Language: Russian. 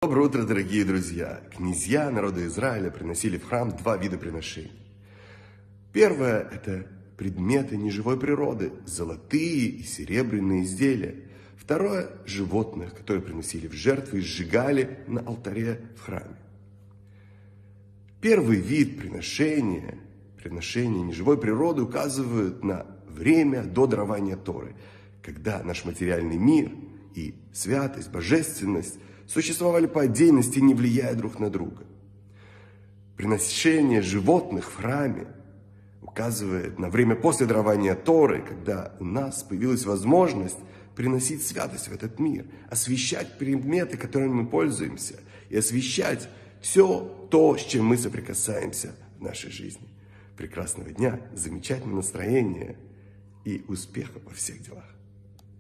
Доброе утро, дорогие друзья! Князья народа Израиля приносили в храм два вида приношений. Первое – это предметы неживой природы, золотые и серебряные изделия. Второе – животных, которые приносили в жертву и сжигали на алтаре в храме. Первый вид приношения неживой природы, указывает на время до дарования Торы, когда наш материальный мир и святость, божественность существовали по отдельности, не влияя друг на друга. Приношение животных в храме указывает на время после дарования Торы, когда у нас появилась возможность приносить святость в этот мир, освящать предметы, которыми мы пользуемся, и освящать все то, с чем мы соприкасаемся в нашей жизни. Прекрасного дня, замечательного настроения и успеха во всех делах.